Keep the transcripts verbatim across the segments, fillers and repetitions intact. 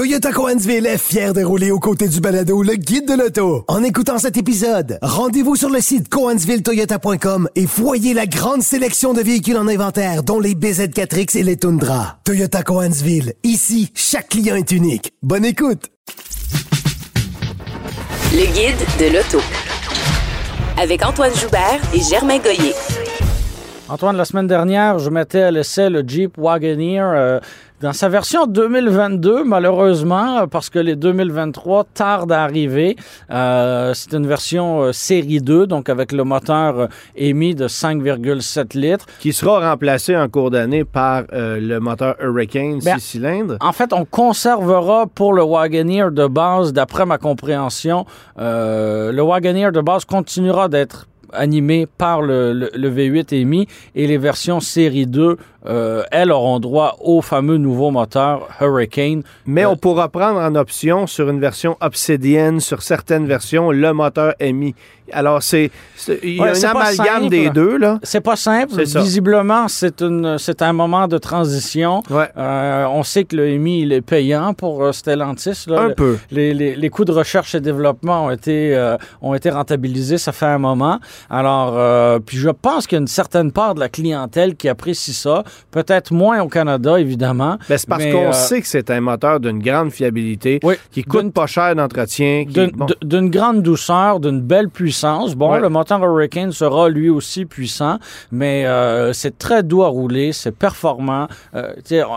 Toyota Cohensville est fier de rouler aux côtés du balado Le Guide de l'auto. En écoutant cet épisode, rendez-vous sur le site cohensville toyota point com et voyez la grande sélection de véhicules en inventaire, dont les B Z quatre X et les Tundra. Toyota Cohensville. Ici, chaque client est unique. Bonne écoute! Le Guide de l'auto. Avec Antoine Joubert et Germain Goyer. Antoine, la semaine dernière, je mettais à l'essai le Jeep Wagoneer euh, dans sa version deux mille vingt-deux, malheureusement, parce que les deux mille vingt-trois tardent à arriver. Euh, c'est une version euh, série deux, donc avec le moteur euh, émis de cinq virgule sept litres. Qui sera remplacé en cours d'année par euh, le moteur Hurricane Ben, six cylindres. En fait, on conservera pour le Wagoneer de base, d'après ma compréhension, euh, le Wagoneer de base continuera d'être animé par le, le, le V huit émis et les versions série deux, euh, elles auront droit au fameux nouveau moteur Hurricane. Mais euh, on pourra prendre en option sur une version Obsidian, sur certaines versions, le moteur émis. Alors, c'est, c'est il y a ouais, un c'est amalgame des deux, là. C'est pas simple. C'est ça. Visiblement, c'est, une, c'est un moment de transition. Ouais. Euh, on sait que le émis, il est payant pour euh, Stellantis. Là. Un le, peu. Les, les, les coûts de recherche et développement ont été, euh, ont été rentabilisés, ça fait un moment. Alors, euh, puis je pense qu'il y a une certaine part de la clientèle qui apprécie ça. Peut-être moins au Canada, évidemment. Ben, c'est parce mais, qu'on euh, sait que c'est un moteur d'une grande fiabilité, oui, qui coûte d'une, pas cher d'entretien. Qui, d'une, bon. d'une grande douceur, d'une belle puissance. Bon, ouais. le moteur Hurricane sera lui aussi puissant, mais euh, c'est très doux à rouler, c'est performant. Euh, tu sais,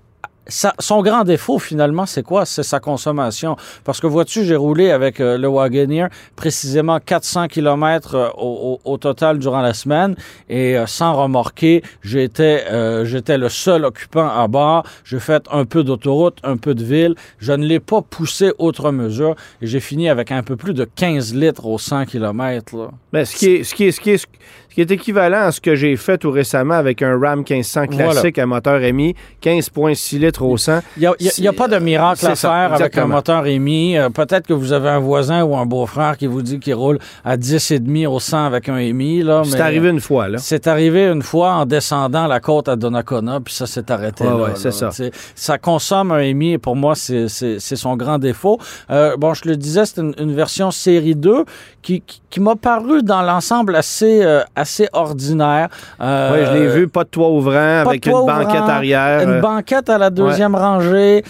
Ça, son grand défaut, finalement, c'est quoi? C'est sa consommation. Parce que, vois-tu, j'ai roulé avec euh, le Wagoneer précisément quatre cents kilomètres euh, au, au, au total durant la semaine et euh, sans remorquer, j'étais, euh, j'étais le seul occupant à bord. J'ai fait un peu d'autoroute, un peu de ville. Je ne l'ai pas poussé outre mesure et j'ai fini avec un peu plus de quinze litres aux cent kilomètres. Là. Ben, ce, qui est, ce, qui est, ce, qui est, ce qui est équivalent à ce que j'ai fait tout récemment avec un Ram quinze cents classique voilà. à moteur émis, quinze virgule six litres au cent. Il n'y a, a pas de miracle c'est à ça, faire avec exactement. un moteur émis. Euh, peut-être que vous avez un voisin ou un beau-frère qui vous dit qu'il roule à dix virgule cinq au cent avec un émis. Là, c'est mais, arrivé une fois. Là. C'est arrivé une fois en descendant la côte à Donnacona, puis ça s'est arrêté. Ouais, là, ouais, là, c'est là, ça. T'sais, ça consomme un émis et pour moi, c'est, c'est, c'est son grand défaut. Euh, bon, je le disais, c'est une, une version série deux qui, qui, qui m'a paru dans l'ensemble assez, euh, assez ordinaire. Euh, oui, je l'ai vu, pas de toit ouvrant, avec toit une ouvrant, banquette arrière. Une euh... banquette à la deuxième ouais. rangée,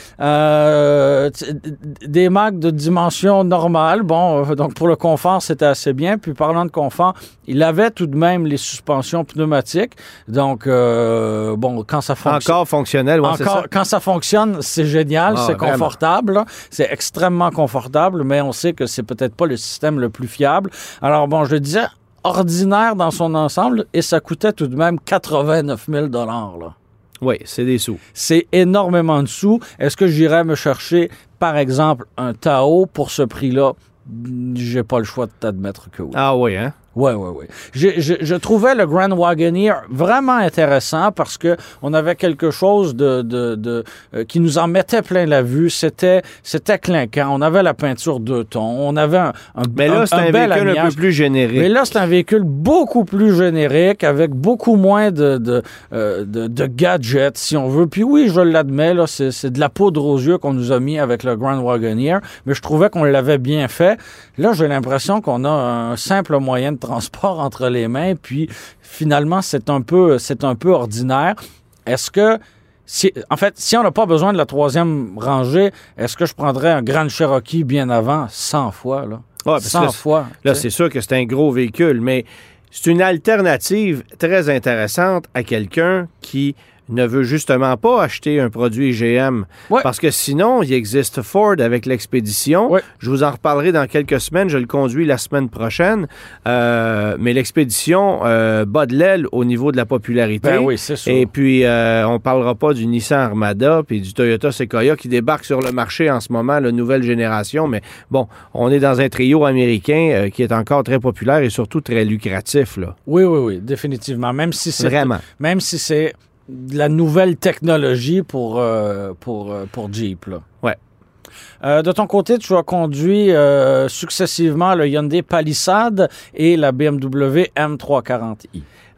euh, des mags de dimension normale. Bon, euh, donc pour le confort, c'était assez bien. Puis parlant de confort, il avait tout de même les suspensions pneumatiques. Donc, euh, bon, quand ça fonctionne... Encore fonctionnel, ouais, encore, c'est ça. Quand ça fonctionne, c'est génial, ah, c'est vraiment. confortable. Là. C'est extrêmement confortable, mais on sait que c'est peut-être pas le système le plus fiable. Alors, bon, je le disais, ordinaire dans son ensemble, et ça coûtait tout de même quatre-vingt-neuf mille dollars, là. Oui, c'est des sous. C'est énormément de sous. Est-ce que j'irais me chercher, par exemple, un Tahoe pour ce prix-là? J'ai pas le choix de t'admettre que oui. Ah oui, hein? Oui, oui, oui. Je, je, je trouvais le Grand Wagoneer vraiment intéressant parce que on avait quelque chose de, de, de euh, qui nous en mettait plein la vue. C'était, c'était clinquant. On avait la peinture deux tons. On avait un, un, Mais là, un, c'est un, un, un bel véhicule amiage. un peu plus générique. Mais là, c'est un véhicule beaucoup plus générique avec beaucoup moins de, de, euh, de, de gadgets, si on veut. Puis oui, je l'admets, là, c'est, c'est de la poudre aux yeux qu'on nous a mis avec le Grand Wagoneer, mais je trouvais qu'on l'avait bien fait. Là, j'ai l'impression qu'on a un simple moyen de transport entre les mains, puis finalement, c'est un peu, c'est un peu ordinaire. Est-ce que, si, en fait, si on n'a pas besoin de la troisième rangée, est-ce que je prendrais un Grand Cherokee bien avant? cent fois, là. Ouais, cent là, fois. Là, c'est sûr que c'est un gros véhicule, mais c'est une alternative très intéressante à quelqu'un qui ne veut justement pas acheter un produit G M. Ouais. Parce que sinon, il existe Ford avec l'Expédition. Ouais. Je vous en reparlerai dans quelques semaines. Je le conduis la semaine prochaine. Euh, mais l'Expédition euh, bat de l'aile au niveau de la popularité. Ben oui, c'est sûr. Et puis, euh, on ne parlera pas du Nissan Armada puis du Toyota Sequoia qui débarque sur le marché en ce moment, la nouvelle génération. Mais bon, on est dans un trio américain euh, qui est encore très populaire et surtout très lucratif, là. Oui, oui, oui, définitivement. Même si c'est... Vraiment. Même si c'est... de la nouvelle technologie pour, euh, pour, euh, pour Jeep, là. Ouais. Euh, de ton côté, tu as conduit euh, successivement le Hyundai Palisade et la B M W M trois cent quarante i.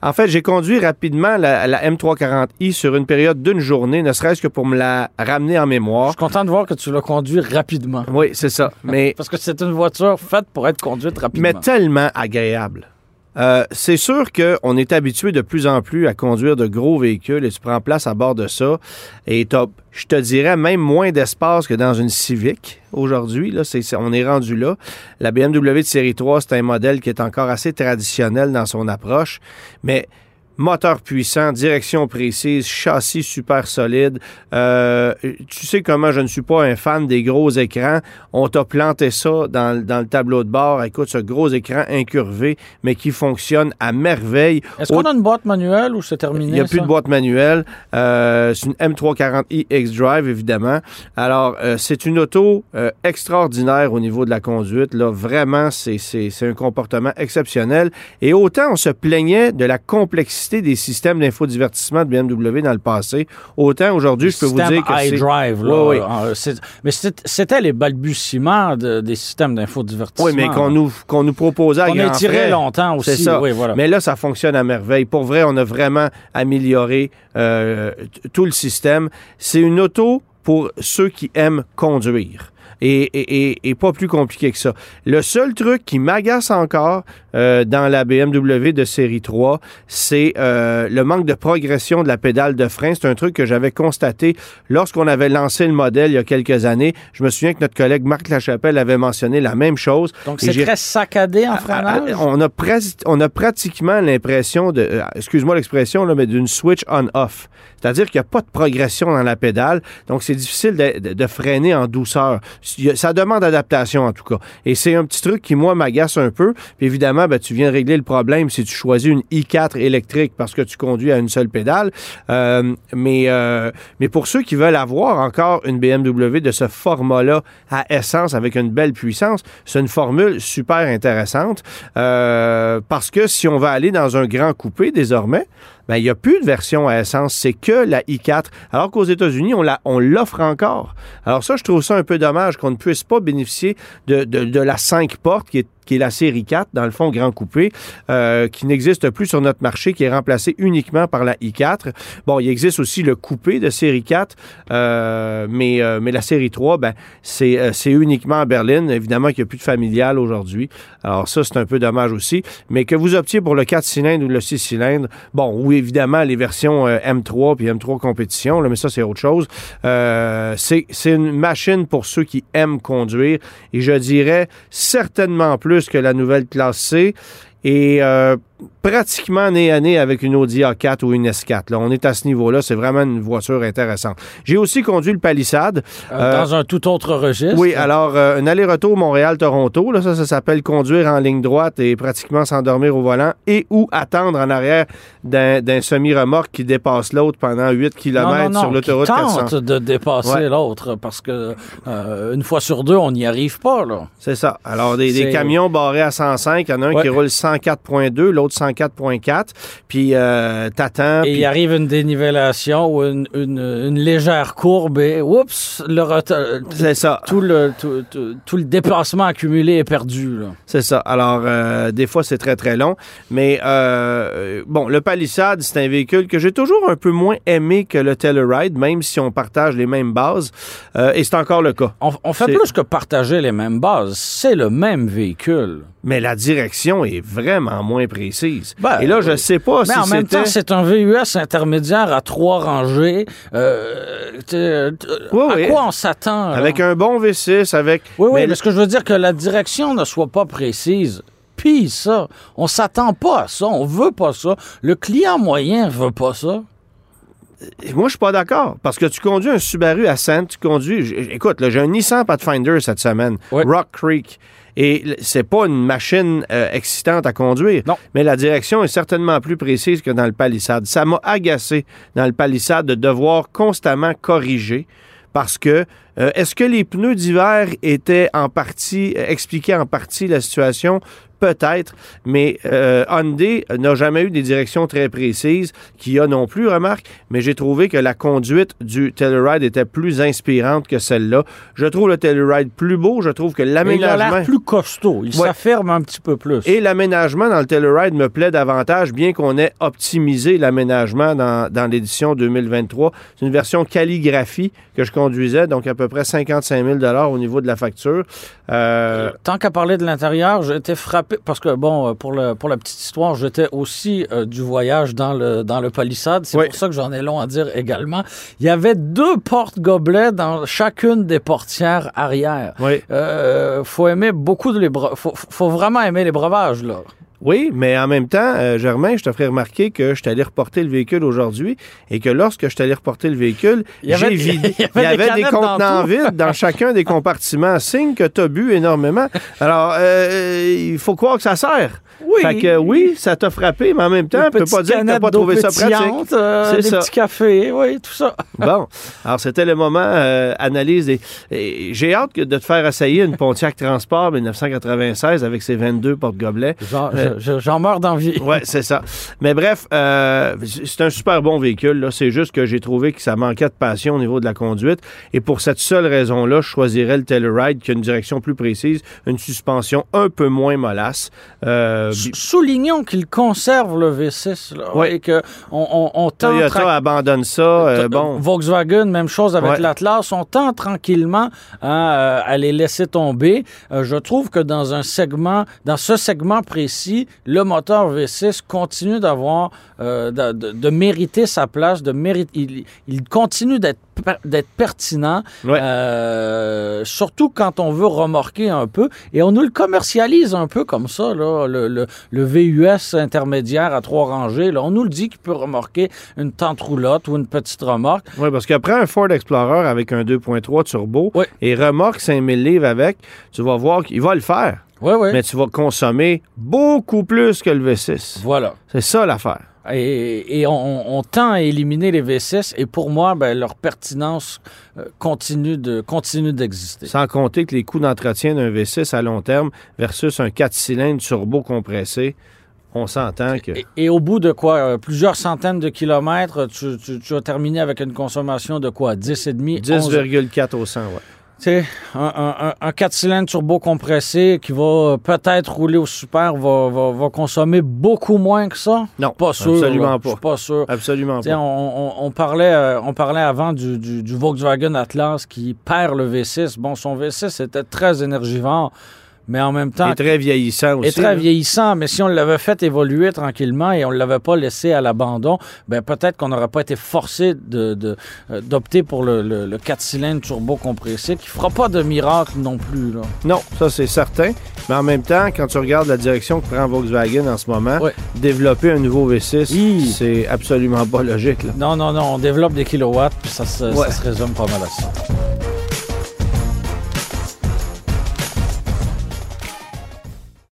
En fait, j'ai conduit rapidement la, la M trois cent quarante i sur une période d'une journée, ne serait-ce que pour me la ramener en mémoire. Je suis content de voir que tu l'as conduit rapidement. Oui, c'est ça. Mais Parce que c'est une voiture faite pour être conduite rapidement. Mais tellement agréable. Euh, c'est sûr qu'on est habitué de plus en plus à conduire de gros véhicules et tu prends place à bord de ça et t'as, je te dirais, même moins d'espace que dans une Civic aujourd'hui. Là, c'est, c'est, on est rendu là. La B M W de série trois, c'est un modèle qui est encore assez traditionnel dans son approche, mais moteur puissant, direction précise, châssis super solide. Euh, tu sais comment je ne suis pas un fan des gros écrans. On t'a planté ça dans, dans le tableau de bord. Écoute, ce gros écran incurvé, mais qui fonctionne à merveille. Est-ce qu'on a une boîte manuelle ou c'est terminé? Il n'y a plus ça? de boîte manuelle. Euh, c'est une M trois cent quarante i X-Drive, évidemment. Alors, euh, c'est une auto euh, extraordinaire au niveau de la conduite. Là, vraiment, c'est, c'est, c'est un comportement exceptionnel. Et autant on se plaignait de la complexité des systèmes d'infodivertissement de B M W dans le passé, autant aujourd'hui, je peux vous dire que c'est... iDrive, là. Oui, oui. C'est... Mais c'était les balbutiements de, des systèmes d'infodivertissement. Oui, mais qu'on nous, qu'on nous proposait à on grand a tiré frais. longtemps aussi. C'est ça. Oui, voilà. Mais là, ça fonctionne à merveille. Pour vrai, on a vraiment amélioré euh, t- tout le système. C'est une auto pour ceux qui aiment conduire. Et, et, et, et pas plus compliqué que ça. Le seul truc qui m'agace encore euh, dans la B M W de série trois, c'est euh, le manque de progression de la pédale de frein. C'est un truc que j'avais constaté lorsqu'on avait lancé le modèle il y a quelques années. Je me souviens que notre collègue Marc Lachapelle avait mentionné la même chose. Donc, c'est très saccadé en freinage? À, à, on, a pres- on a pratiquement l'impression de... Euh, excuse-moi l'expression, là, mais d'une switch on-off. C'est-à-dire qu'il n'y a pas de progression dans la pédale. Donc, c'est difficile de, de, de freiner en douceur. Ça demande adaptation, en tout cas. Et c'est un petit truc qui, moi, m'agace un peu. Puis évidemment, ben, tu viens régler le problème si tu choisis une i quatre électrique parce que tu conduis à une seule pédale. Euh, mais, euh, mais pour ceux qui veulent avoir encore une B M W de ce format-là à essence avec une belle puissance, c'est une formule super intéressante. Euh, parce que si on va aller dans un grand coupé désormais, ben, il n'y a plus de version à essence, c'est que la i quatre. Alors qu'aux États-Unis, on, la, on l'offre encore. Alors ça, je trouve ça un peu dommage qu'on ne puisse pas bénéficier de, de, de la cinq portes qui est qui est la série quatre, dans le fond, grand coupé, euh, qui n'existe plus sur notre marché, qui est remplacé uniquement par la i quatre. Bon, il existe aussi le coupé de série quatre, euh, mais, euh, mais la série trois, ben, c'est, euh, c'est uniquement en berline. Évidemment qu'il n'y a plus de familial aujourd'hui. Alors ça, c'est un peu dommage aussi. Mais que vous optiez pour le quatre cylindres ou le six cylindres, bon, oui, évidemment, les versions euh, M trois puis M trois compétition, là, mais ça, c'est autre chose. Euh, c'est, c'est une machine pour ceux qui aiment conduire. Et je dirais certainement plus que la nouvelle classe C et euh, pratiquement nez à nez avec une Audi A quatre ou une S quatre. Là, on est à ce niveau-là. C'est vraiment une voiture intéressante. J'ai aussi conduit le Palisade. Euh, dans euh, un tout autre registre. Oui, alors, euh, un aller-retour Montréal-Toronto. Là, ça, ça s'appelle conduire en ligne droite et pratiquement s'endormir au volant et ou attendre en arrière d'un, d'un semi-remorque qui dépasse l'autre pendant huit kilomètres non, non, non, sur l'autoroute qui quatre cents. tente de dépasser ouais. l'autre parce que euh, une fois sur deux, on n'y arrive pas. Là. C'est ça. Alors, des, des camions barrés à cent cinq, il y en a un ouais. qui roule cent quatre virgule deux, l'autre cent quatre virgule quatre, puis euh, t'attends. Et puis... il arrive une dénivellation ou une, une, une légère courbe et oups, le ret- c'est ça. Tout le, tout, tout, tout le déplacement accumulé est perdu. Là. C'est ça. Alors, euh, des fois, c'est très, très long. Mais, euh, bon, le Palisade, c'est un véhicule que j'ai toujours un peu moins aimé que le Telluride, même si on partage les mêmes bases. Euh, et c'est encore le cas. On, on fait c'est... plus que partager les mêmes bases. C'est le même véhicule. Mais la direction est vraiment moins précise. Ben, et là, je sais pas mais si c'était... en même temps, c'est un V U S intermédiaire à trois rangées. Euh, t- t- oui, à oui. quoi on s'attend? Avec là? un bon V six, avec... Oui, oui, mais, mais ce que je veux dire, que la direction ne soit pas précise. Puis ça, on s'attend pas à ça, on veut pas ça. Le client moyen veut pas ça. Moi, je suis pas d'accord. Parce que tu conduis un Subaru Ascent, tu conduis... Écoute, là, j'ai un Nissan Pathfinder cette semaine, oui. Rock Creek. Et c'est pas une machine euh, excitante à conduire. Non. Mais la direction est certainement plus précise que dans le Palisade. Ça m'a agacé dans le Palisade de devoir constamment corriger parce que euh, est-ce que les pneus d'hiver étaient en partie, euh, expliquaient en partie la situation? peut-être, mais euh, Hyundai n'a jamais eu des directions très précises, Kia non plus, remarque, mais j'ai trouvé que la conduite du Telluride était plus inspirante que celle-là. Je trouve le Telluride plus beau, je trouve que l'aménagement... Il a l'air plus costaud, il ouais. s'affirme un petit peu plus. Et l'aménagement dans le Telluride me plaît davantage, bien qu'on ait optimisé l'aménagement dans, dans l'édition deux mille vingt-trois. C'est une version calligraphie que je conduisais, donc à peu près cinquante-cinq mille dollars au niveau de la facture. Euh... Tant qu'à parler de l'intérieur, j'ai été frappé, parce que, bon, pour, le, pour la petite histoire, j'étais aussi euh, du voyage dans le, dans le Palisade. C'est oui. pour ça que j'en ai long à dire également. Il y avait deux porte-gobelets dans chacune des portières arrière. Oui. Euh, faut aimer beaucoup de les bre... faut, faut vraiment aimer les breuvages, là. Oui, mais en même temps, euh, Germain, je te ferai remarquer que je suis allé reporter le véhicule aujourd'hui et que lorsque je suis allé reporter le véhicule, il j'ai vidé. Il y avait, il y avait des, des contenants vides dans chacun des compartiments. Signe que tu as bu énormément. Alors, euh, il faut croire que ça sert. Oui. Fait que oui, ça t'a frappé, mais en même temps, tu ne peux pas dire que tu n'as pas trouvé ça pratique. Euh, C'est des ça. Petits cafés, oui, tout ça. Bon, alors c'était le moment euh, analyse. Des... Et j'ai hâte de te faire essayer une Pontiac Transport dix-neuf cent quatre-vingt-seize avec ses vingt-deux porte-gobelets. Genre, euh, je, j'en meurs d'envie. Oui, c'est ça. Mais bref, euh, c'est un super bon véhicule. Là. C'est juste que j'ai trouvé que ça manquait de passion au niveau de la conduite. Et pour cette seule raison-là, je choisirais le Telluride qui a une direction plus précise, une suspension un peu moins mollasse. Euh, Soulignons qu'il conserve le V six là, oui. et qu'on on, on tente... Toyota tra... abandonne ça. Euh, bon. Volkswagen, même chose avec ouais. l'Atlas. On tente tranquillement hein, à les laisser tomber. Euh, je trouve que dans un segment, dans ce segment précis, le moteur V six continue d'avoir, euh, de, de, de mériter sa place, de mérite, il, il continue d'être d'être pertinent, ouais. euh, surtout quand on veut remorquer un peu, et on nous le commercialise un peu comme ça, là, le, le, le V U S intermédiaire à trois rangées, là, on nous le dit qu'il peut remorquer une tente roulotte ou une petite remorque. Oui, parce qu'après un Ford Explorer avec un deux point trois turbo ouais. et remorque cinq mille livres avec, tu vas voir qu'il va le faire, ouais, ouais. mais tu vas consommer beaucoup plus que le V six. Voilà. C'est ça l'affaire. Et, et on, on tend à éliminer les V six et pour moi, ben, leur pertinence euh, continue, de, continue d'exister. Sans compter que les coûts d'entretien d'un V six à long terme versus un quatre cylindres turbo compressé, on s'entend que... Et, et au bout de quoi? Euh, plusieurs centaines de kilomètres, tu, tu, tu as terminé avec une consommation de quoi? dix virgule cinq? dix virgule quatre au cent, oui. Tu sais, un, un, un quatre cylindres turbo compressé qui va peut-être rouler au super va, va, va consommer beaucoup moins que ça? Non, pas sûr, absolument là. pas. Je suis pas sûr. Absolument T'sais, pas. On, on, on, parlait, euh, on parlait avant du, du, du Volkswagen Atlas qui perd le V six. Bon, son V six était très énergivore. Mais en même temps... Et très vieillissant aussi. Et très hein? vieillissant, mais si on l'avait fait évoluer tranquillement et on ne l'avait pas laissé à l'abandon, ben peut-être qu'on n'aurait pas été forcé de, de, euh, d'opter pour le, le, le quatre cylindres turbo compressé, qui ne fera pas de miracle non plus. Là. Non, ça c'est certain. Mais en même temps, quand tu regardes la direction que prend Volkswagen en ce moment, ouais. développer un nouveau V six, oui. c'est absolument pas logique. Là. Non, non, non, on développe des kilowatts, puis ça se, ouais. ça se résume pas mal à ça.